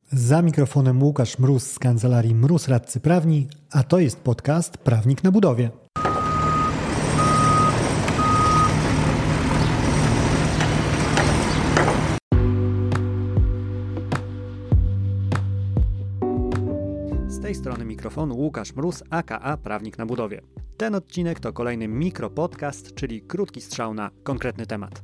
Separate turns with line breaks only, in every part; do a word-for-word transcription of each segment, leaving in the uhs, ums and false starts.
Za mikrofonem Łukasz Mróz z kancelarii Mróz Radcy Prawni, a to jest podcast Prawnik na budowie.
Z tej strony mikrofonu Łukasz Mróz, aka Prawnik na budowie. Ten odcinek to kolejny mikropodcast, czyli krótki strzał na konkretny temat.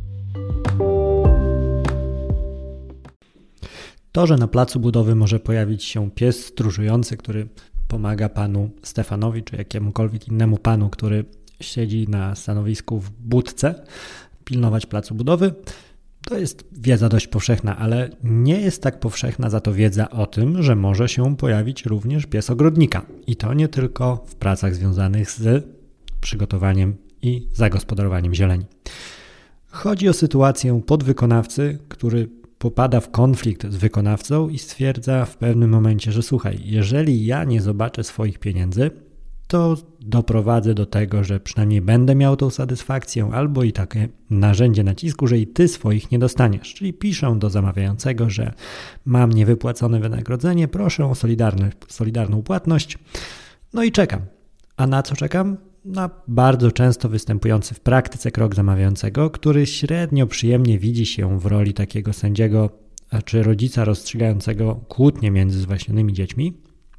To, że na placu budowy może pojawić się pies stróżujący, który pomaga panu Stefanowi, czy jakiemukolwiek innemu panu, który siedzi na stanowisku w budce, pilnować placu budowy, to jest wiedza dość powszechna, ale nie jest tak powszechna za to wiedza o tym, że może się pojawić również pies ogrodnika. I to nie tylko w pracach związanych z przygotowaniem i zagospodarowaniem zieleni. Chodzi o sytuację podwykonawcy, który popada w konflikt z wykonawcą i stwierdza w pewnym momencie, że słuchaj, jeżeli ja nie zobaczę swoich pieniędzy, to doprowadzę do tego, że przynajmniej będę miał tą satysfakcję albo i takie narzędzie nacisku, że i ty swoich nie dostaniesz. Czyli piszę do zamawiającego, że mam niewypłacone wynagrodzenie, proszę o solidarny, solidarną płatność, no i czekam. A na co czekam? Na bardzo często występujący w praktyce krok zamawiającego, który średnio przyjemnie widzi się w roli takiego sędziego czy rodzica rozstrzygającego kłótnie między zwaśnionymi dziećmi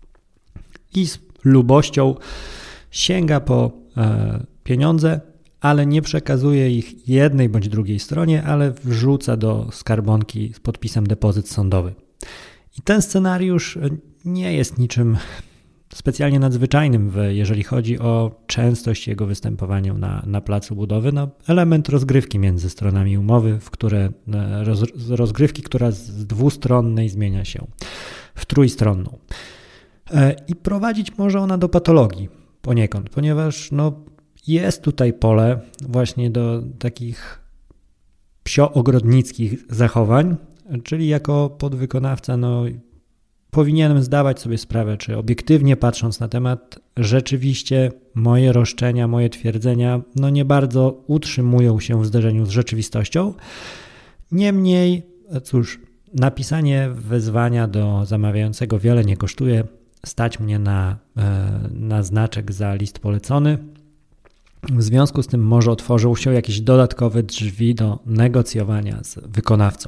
i z lubością sięga po e, pieniądze, ale nie przekazuje ich jednej bądź drugiej stronie, ale wrzuca do skarbonki z podpisem depozyt sądowy. I ten scenariusz nie jest niczym specjalnie nadzwyczajnym, w, jeżeli chodzi o częstość jego występowania na, na placu budowy. No, element rozgrywki między stronami umowy, w które roz, rozgrywki, która z dwustronnej zmienia się w trójstronną. I prowadzić może ona do patologii poniekąd, ponieważ no, jest tutaj pole właśnie do takich psio-ogrodnickich zachowań, czyli jako podwykonawca no, powinienem zdawać sobie sprawę, czy obiektywnie patrząc na temat, rzeczywiście moje roszczenia, moje twierdzenia no, nie bardzo utrzymują się w zderzeniu z rzeczywistością. Niemniej, cóż, napisanie wezwania do zamawiającego wiele nie kosztuje. Stać mnie na, na znaczek za list polecony. W związku z tym może otworzył się jakieś dodatkowe drzwi do negocjowania z wykonawcą.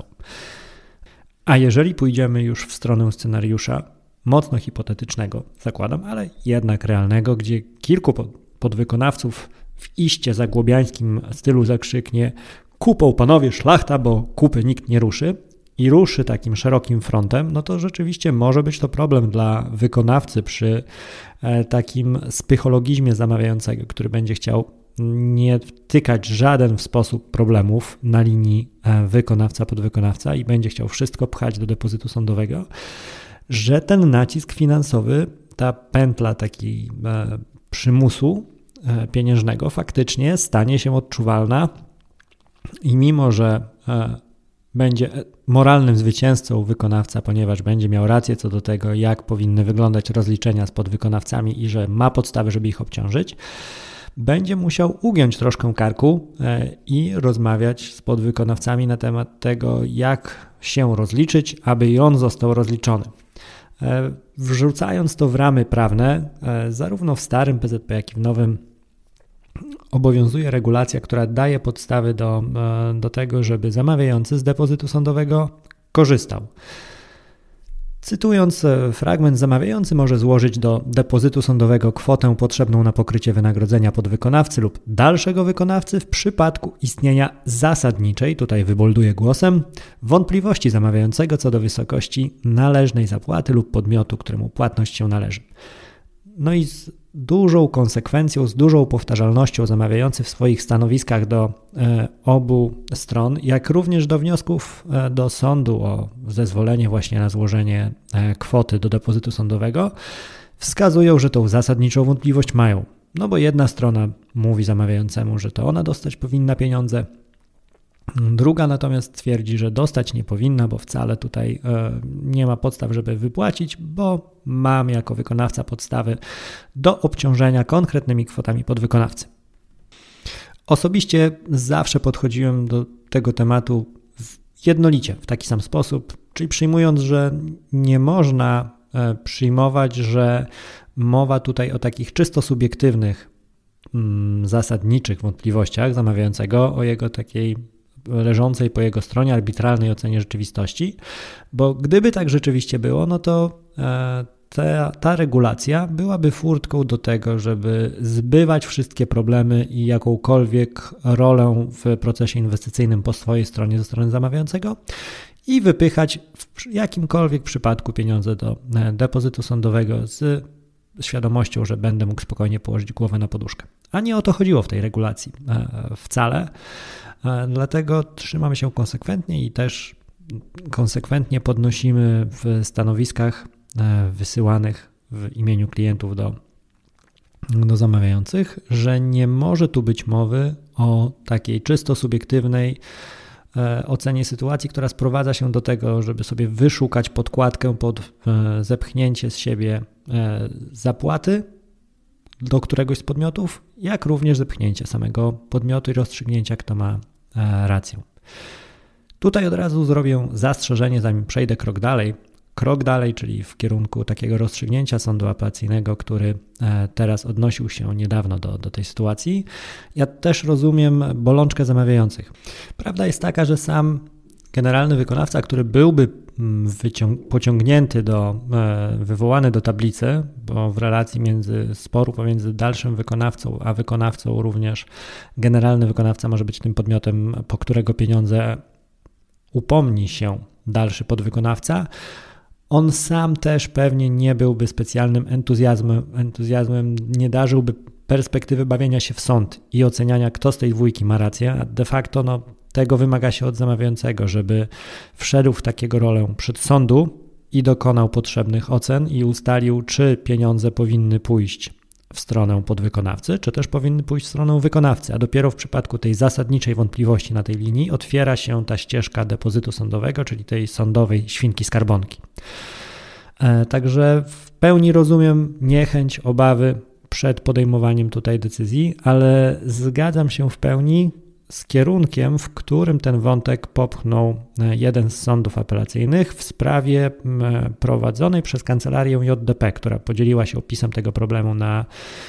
A jeżeli pójdziemy już w stronę scenariusza mocno hipotetycznego, zakładam, ale jednak realnego, gdzie kilku podwykonawców w iście zagłobiańskim stylu zakrzyknie: kupą panowie szlachta, bo kupy nikt nie ruszy, i ruszy takim szerokim frontem, no to rzeczywiście może być to problem dla wykonawcy przy takim spychologizmie zamawiającego, który będzie chciał nie wtykać żaden w sposób problemów na linii wykonawca-podwykonawca i będzie chciał wszystko pchać do depozytu sądowego, że ten nacisk finansowy, ta pętla takiej przymusu pieniężnego faktycznie stanie się odczuwalna i mimo, że będzie moralnym zwycięzcą wykonawca, ponieważ będzie miał rację co do tego, jak powinny wyglądać rozliczenia z podwykonawcami i że ma podstawy, żeby ich obciążyć, będzie musiał ugiąć troszkę karku i rozmawiać z podwykonawcami na temat tego, jak się rozliczyć, aby i on został rozliczony. Wrzucając to w ramy prawne, zarówno w starym P Z P, jak i w nowym, obowiązuje regulacja, która daje podstawy do, do tego, żeby zamawiający z depozytu sądowego korzystał. Cytując fragment, zamawiający może złożyć do depozytu sądowego kwotę potrzebną na pokrycie wynagrodzenia podwykonawcy lub dalszego wykonawcy w przypadku istnienia zasadniczej, tutaj wybolduję głosem, wątpliwości zamawiającego co do wysokości należnej zapłaty lub podmiotu, któremu płatność się należy. No i z dużą konsekwencją, z dużą powtarzalnością zamawiający w swoich stanowiskach do e, obu stron, jak również do wniosków e, do sądu o zezwolenie właśnie na złożenie e, kwoty do depozytu sądowego, wskazują, że tą zasadniczą wątpliwość mają. No bo jedna strona mówi zamawiającemu, że to ona dostać powinna pieniądze, druga natomiast twierdzi, że dostać nie powinna, bo wcale tutaj nie ma podstaw, żeby wypłacić, bo mam jako wykonawca podstawy do obciążenia konkretnymi kwotami podwykonawcy. Osobiście zawsze podchodziłem do tego tematu jednolicie, w taki sam sposób, Czyli przyjmując, że nie można przyjmować, że mowa tutaj o takich czysto subiektywnych, zasadniczych wątpliwościach zamawiającego, o jego takiej leżącej po jego stronie arbitralnej ocenie rzeczywistości, bo gdyby tak rzeczywiście było, no to ta, ta regulacja byłaby furtką do tego, żeby zbywać wszystkie problemy i jakąkolwiek rolę w procesie inwestycyjnym po swojej stronie ze strony zamawiającego i wypychać w jakimkolwiek przypadku pieniądze do depozytu sądowego z świadomością, że będę mógł spokojnie położyć głowę na poduszkę. A nie o to chodziło w tej regulacji wcale. Dlatego trzymamy się konsekwentnie i też konsekwentnie podnosimy w stanowiskach wysyłanych w imieniu klientów do, do zamawiających, że nie może tu być mowy o takiej czysto subiektywnej ocenie sytuacji, która sprowadza się do tego, żeby sobie wyszukać podkładkę pod zepchnięcie z siebie zapłaty do któregoś z podmiotów, jak również zepchnięcie samego podmiotu i rozstrzygnięcia, kto ma rację. Tutaj od razu zrobię zastrzeżenie, zanim przejdę krok dalej. Krok dalej, czyli w kierunku takiego rozstrzygnięcia sądu apelacyjnego, który teraz odnosił się niedawno do, do tej sytuacji. Ja też rozumiem bolączkę zamawiających. Prawda jest taka, że sam generalny wykonawca, który byłby wyciąg- pociągnięty do, wywołany do tablicy, bo w relacji między sporu pomiędzy dalszym wykonawcą a wykonawcą również generalny wykonawca może być tym podmiotem, po którego pieniądze upomni się dalszy podwykonawca, on sam też pewnie nie byłby specjalnym entuzjazmem, entuzjazmem, nie darzyłby perspektywy bawienia się w sąd i oceniania, kto z tej dwójki ma rację, a de facto no, tego wymaga się od zamawiającego, żeby wszedł w takiego rolę przed sądu i dokonał potrzebnych ocen i ustalił, czy pieniądze powinny pójść w stronę podwykonawcy, czy też powinny pójść w stronę wykonawcy, a dopiero w przypadku tej zasadniczej wątpliwości na tej linii otwiera się ta ścieżka depozytu sądowego, czyli tej sądowej świnki skarbonki. Także w pełni rozumiem niechęć, obawy przed podejmowaniem tutaj decyzji, ale zgadzam się w pełni z kierunkiem, w którym ten wątek popchnął jeden z sądów apelacyjnych w sprawie prowadzonej przez kancelarię J D P, która podzieliła się opisem tego problemu na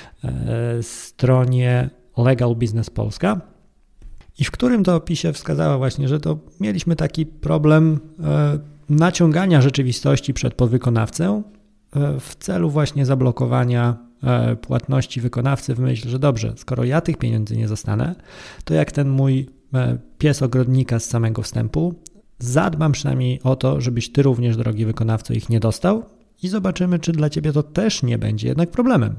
stronie Legal Business Polska i w którym to opisie wskazała właśnie, że to mieliśmy taki problem naciągania rzeczywistości przed podwykonawcę w celu właśnie zablokowania płatności wykonawcy w myśl, że dobrze, skoro ja tych pieniędzy nie zostanę, to jak ten mój pies ogrodnika z samego wstępu, zadbam przynajmniej o to, żebyś ty również, drogi wykonawco, ich nie dostał i zobaczymy, czy dla ciebie to też nie będzie jednak problemem.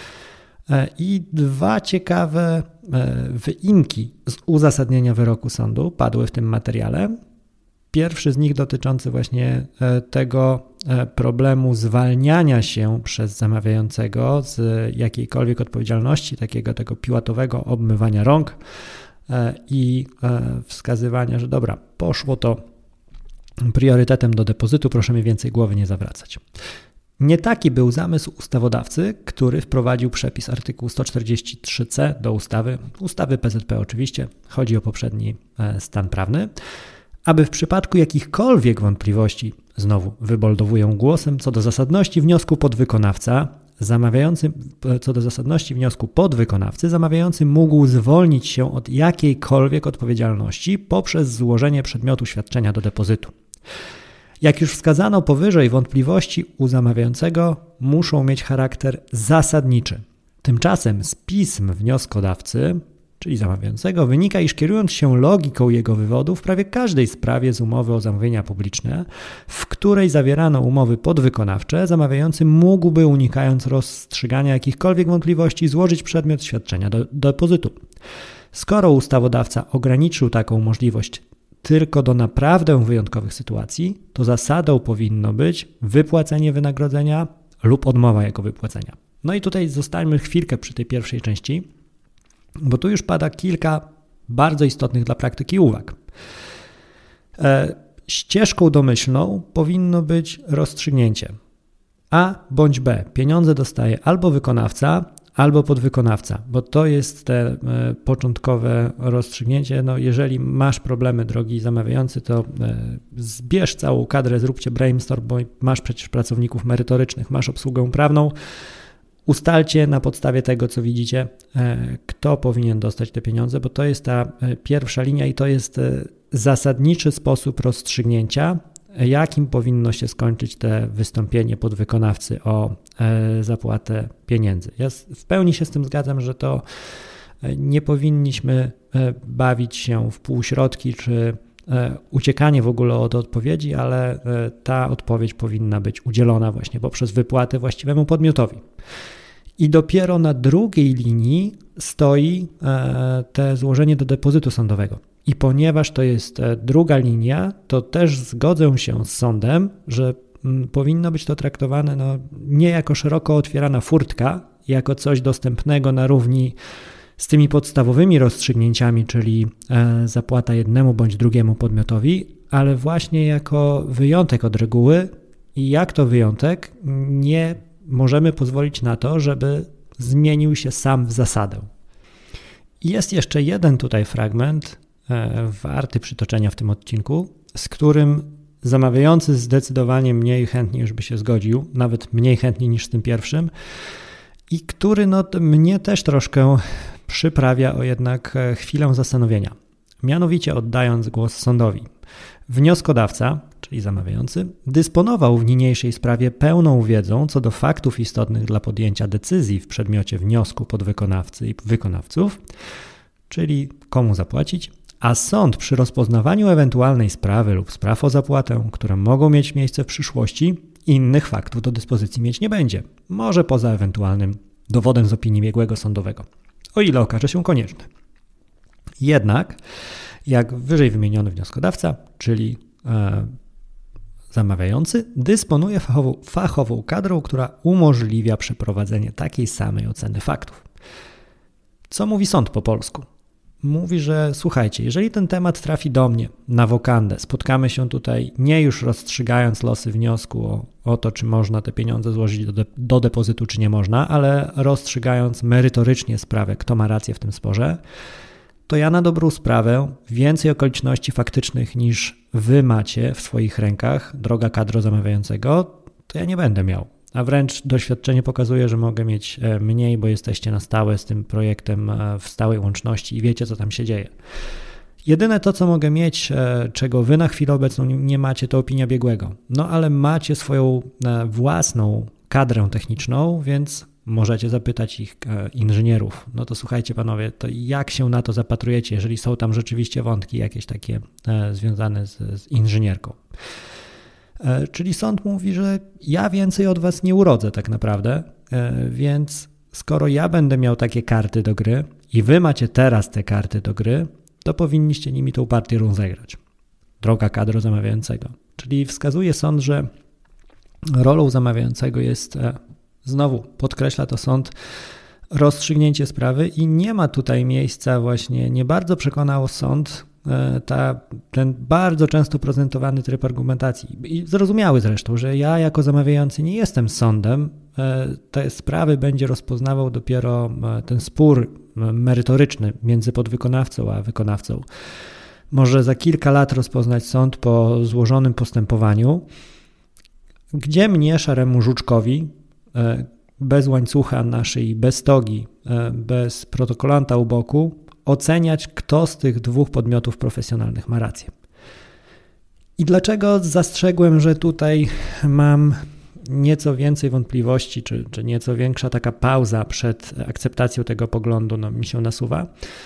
I dwa ciekawe wyimki z uzasadnienia wyroku sądu padły w tym materiale. Pierwszy z nich dotyczący właśnie tego problemu zwalniania się przez zamawiającego z jakiejkolwiek odpowiedzialności, takiego tego piłatowego obmywania rąk i wskazywania, że dobra, poszło to priorytetem do depozytu, proszę mi więcej głowy nie zawracać. Nie taki był zamysł ustawodawcy, który wprowadził przepis artykułu sto czterdzieści trzy c do ustawy, ustawy P Z P oczywiście, chodzi o poprzedni stan prawny, aby w przypadku jakichkolwiek wątpliwości, znowu wyboldowuję głosem, co do zasadności wniosku podwykonawca, zamawiający, co do zasadności wniosku podwykonawcy, zamawiający mógł zwolnić się od jakiejkolwiek odpowiedzialności poprzez złożenie przedmiotu świadczenia do depozytu. Jak już wskazano powyżej, wątpliwości u zamawiającego muszą mieć charakter zasadniczy. Tymczasem z pism wnioskodawcy, czyli zamawiającego, wynika, iż kierując się logiką jego wywodu, w prawie każdej sprawie z umowy o zamówienia publiczne, w której zawierano umowy podwykonawcze, zamawiający mógłby, unikając rozstrzygania jakichkolwiek wątpliwości, złożyć przedmiot świadczenia do, do depozytu. Skoro ustawodawca ograniczył taką możliwość tylko do naprawdę wyjątkowych sytuacji, to zasadą powinno być wypłacenie wynagrodzenia lub odmowa jego wypłacenia. No i tutaj zostańmy chwilkę przy tej pierwszej części, bo tu już pada kilka bardzo istotnych dla praktyki uwag. E, ścieżką domyślną powinno być rozstrzygnięcie A bądź B. Pieniądze dostaje albo wykonawca, albo podwykonawca, bo to jest te początkowe rozstrzygnięcie. No, jeżeli masz problemy, drogi zamawiający, to zbierz całą kadrę, zróbcie brainstorm, bo masz przecież pracowników merytorycznych, masz obsługę prawną, ustalcie na podstawie tego, co widzicie, kto powinien dostać te pieniądze, bo to jest ta pierwsza linia i to jest zasadniczy sposób rozstrzygnięcia, jakim powinno się skończyć te wystąpienie podwykonawcy o zapłatę pieniędzy. Ja w pełni się z tym zgadzam, że to nie powinniśmy bawić się w półśrodki czy uciekanie w ogóle od odpowiedzi, ale ta odpowiedź powinna być udzielona właśnie poprzez wypłatę właściwemu podmiotowi. I dopiero na drugiej linii stoi te złożenie do depozytu sądowego. I ponieważ to jest druga linia, to też zgodzę się z sądem, że powinno być to traktowane no, nie jako szeroko otwierana furtka, jako coś dostępnego na równi z tymi podstawowymi rozstrzygnięciami, czyli zapłata jednemu bądź drugiemu podmiotowi, ale właśnie jako wyjątek od reguły i jak to wyjątek nie możemy pozwolić na to, żeby zmienił się sam w zasadę. I jest jeszcze jeden tutaj fragment warty przytoczenia w tym odcinku, z którym zamawiający zdecydowanie mniej chętnie już by się zgodził, nawet mniej chętnie niż z tym pierwszym i który no, mnie też troszkę przyprawia o jednak chwilę zastanowienia. Mianowicie oddając głos sądowi. Wnioskodawca, czyli zamawiający, dysponował w niniejszej sprawie pełną wiedzą co do faktów istotnych dla podjęcia decyzji w przedmiocie wniosku podwykonawcy i wykonawców, czyli komu zapłacić, a sąd przy rozpoznawaniu ewentualnej sprawy lub spraw o zapłatę, które mogą mieć miejsce w przyszłości, innych faktów do dyspozycji mieć nie będzie, może poza ewentualnym dowodem z opinii biegłego sądowego, o ile okaże się konieczne. Jednak, jak wyżej wymieniony wnioskodawca, czyli e, zamawiający, dysponuje fachową, fachową kadrą, która umożliwia przeprowadzenie takiej samej oceny faktów. Co mówi sąd po polsku? Mówi, że słuchajcie, jeżeli ten temat trafi do mnie na wokandę, spotkamy się tutaj nie już rozstrzygając losy wniosku o, o to, czy można te pieniądze złożyć do, de, do depozytu, czy nie można, ale rozstrzygając merytorycznie sprawę, kto ma rację w tym sporze, to ja na dobrą sprawę więcej okoliczności faktycznych niż wy macie w swoich rękach, droga kadro zamawiającego, to ja nie będę miał. A wręcz doświadczenie pokazuje, że mogę mieć mniej, bo jesteście na stałe z tym projektem w stałej łączności i wiecie, co tam się dzieje. Jedyne to, co mogę mieć, czego wy na chwilę obecną nie macie, to opinia biegłego. No ale macie swoją własną kadrę techniczną, więc możecie zapytać ich inżynierów. No to słuchajcie panowie, to jak się na to zapatrujecie, jeżeli są tam rzeczywiście wątki jakieś takie związane z, z inżynierką. Czyli sąd mówi, że ja więcej od was nie urodzę tak naprawdę, więc skoro ja będę miał takie karty do gry i wy macie teraz te karty do gry, to powinniście nimi tą partię rozegrać. Droga kadro zamawiającego. Czyli wskazuje sąd, że rolą zamawiającego jest, znowu podkreśla to sąd, rozstrzygnięcie sprawy i nie ma tutaj miejsca właśnie, nie bardzo przekonał sąd Ta, ten bardzo często prezentowany tryb argumentacji i zrozumiały zresztą, że ja jako zamawiający nie jestem sądem, te sprawy będzie rozpoznawał dopiero ten spór merytoryczny między podwykonawcą a wykonawcą. Może za kilka lat rozpoznać sąd po złożonym postępowaniu, gdzie mnie, szaremu żuczkowi, bez łańcucha na szyi, bez togi, bez protokolanta u boku, oceniać, kto z tych dwóch podmiotów profesjonalnych ma rację. I dlaczego zastrzegłem, że tutaj mam nieco więcej wątpliwości, czy, czy nieco większa taka pauza przed akceptacją tego poglądu no, mi się nasuwa,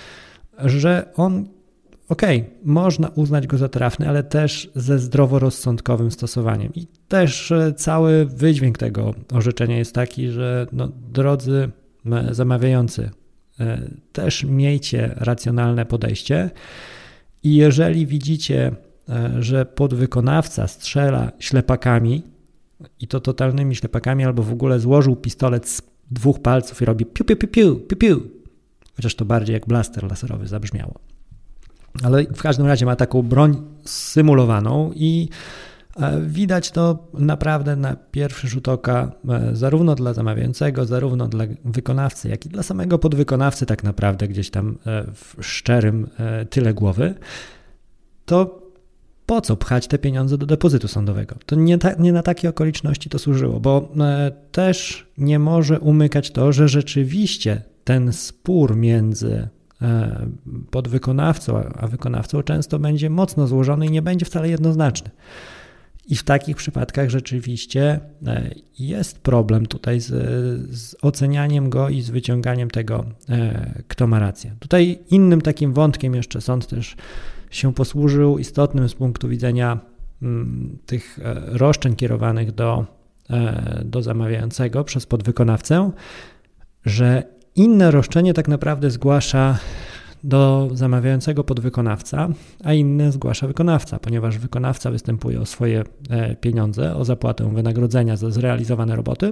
że on, okej, okay, można uznać go za trafny, ale też ze zdroworozsądkowym stosowaniem. I też cały wydźwięk tego orzeczenia jest taki, że no, drodzy zamawiający, też miejcie racjonalne podejście i jeżeli widzicie, że podwykonawca strzela ślepakami i to totalnymi ślepakami albo w ogóle złożył pistolet z dwóch palców i robi piu, piu, piu, piu, piu, piu, chociaż to bardziej jak blaster laserowy zabrzmiało. Ale w każdym razie ma taką broń symulowaną i Widać to naprawdę na pierwszy rzut oka zarówno dla zamawiającego, zarówno dla wykonawcy, jak i dla samego podwykonawcy tak naprawdę gdzieś tam w szczerym tyle głowy. To po co pchać te pieniądze do depozytu sądowego? To nie, ta, nie na takie okoliczności to służyło, bo też nie może umykać to, że rzeczywiście ten spór między podwykonawcą a wykonawcą często będzie mocno złożony i nie będzie wcale jednoznaczny. I w takich przypadkach rzeczywiście jest problem tutaj z, z ocenianiem go i z wyciąganiem tego, kto ma rację. Tutaj innym takim wątkiem jeszcze sąd też się posłużył istotnym z punktu widzenia tych roszczeń kierowanych do, do zamawiającego przez podwykonawcę, że inne roszczenie tak naprawdę zgłasza do zamawiającego podwykonawca, a inne zgłasza wykonawca, ponieważ wykonawca występuje o swoje pieniądze, o zapłatę wynagrodzenia za zrealizowane roboty,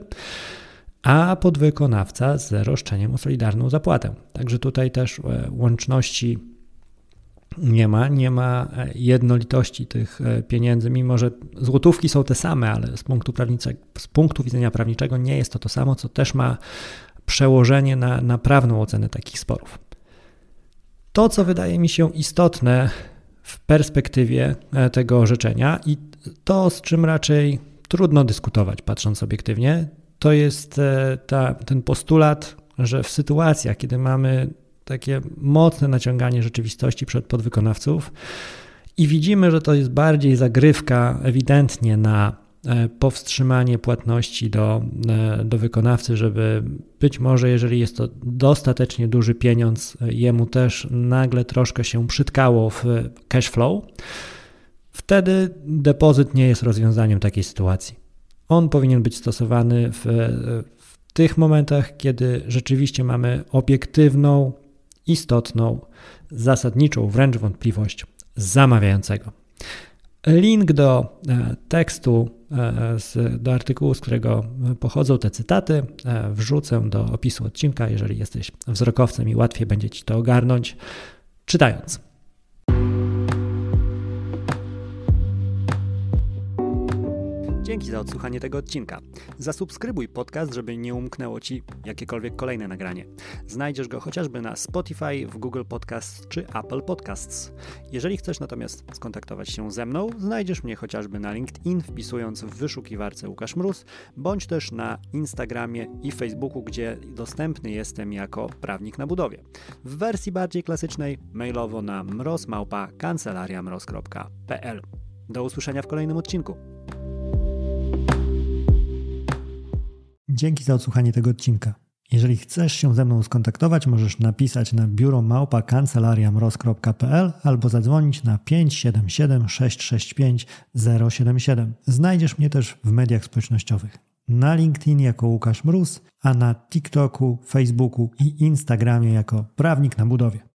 a podwykonawca z roszczeniem o solidarną zapłatę. Także tutaj też łączności nie ma, nie ma jednolitości tych pieniędzy, mimo że złotówki są te same, ale z punktu, z punktu widzenia prawniczego nie jest to to samo, co też ma przełożenie na, na prawną ocenę takich sporów. To, co wydaje mi się istotne w perspektywie tego orzeczenia i to, z czym raczej trudno dyskutować, patrząc obiektywnie, to jest ta, ten postulat, że w sytuacjach, kiedy mamy takie mocne naciąganie rzeczywistości przed podwykonawców i widzimy, że to jest bardziej zagrywka ewidentnie na powstrzymanie płatności do, do wykonawcy, żeby być może, jeżeli jest to dostatecznie duży pieniądz, jemu też nagle troszkę się przytkało w cash flow, wtedy depozyt nie jest rozwiązaniem takiej sytuacji. On powinien być stosowany w, w tych momentach, kiedy rzeczywiście mamy obiektywną, istotną, zasadniczą wręcz wątpliwość zamawiającego. Link do tekstu, do artykułu, z którego pochodzą te cytaty, wrzucę do opisu odcinka, jeżeli jesteś wzrokowcem i łatwiej będzie Ci to ogarnąć czytając. Dzięki za odsłuchanie tego odcinka. Zasubskrybuj podcast, żeby nie umknęło Ci jakiekolwiek kolejne nagranie. Znajdziesz go chociażby na Spotify, w Google Podcasts czy Apple Podcasts. Jeżeli chcesz natomiast skontaktować się ze mną, znajdziesz mnie chociażby na LinkedIn, wpisując w wyszukiwarce Łukasz Mróz, bądź też na Instagramie i Facebooku, gdzie dostępny jestem jako prawnik na budowie. W wersji bardziej klasycznej mailowo na mroz małpa kancelaria mroz kropka p l. Do usłyszenia w kolejnym odcinku.
Dzięki za odsłuchanie tego odcinka. Jeżeli chcesz się ze mną skontaktować, możesz napisać na biuro małpa kancelaria mroz kropka p l albo zadzwonić na pięć siedem siedem sześć sześć pięć zero siedem siedem. Znajdziesz mnie też w mediach społecznościowych. Na LinkedIn jako Łukasz Mróz, a na TikToku, Facebooku i Instagramie jako Prawnik na Budowie.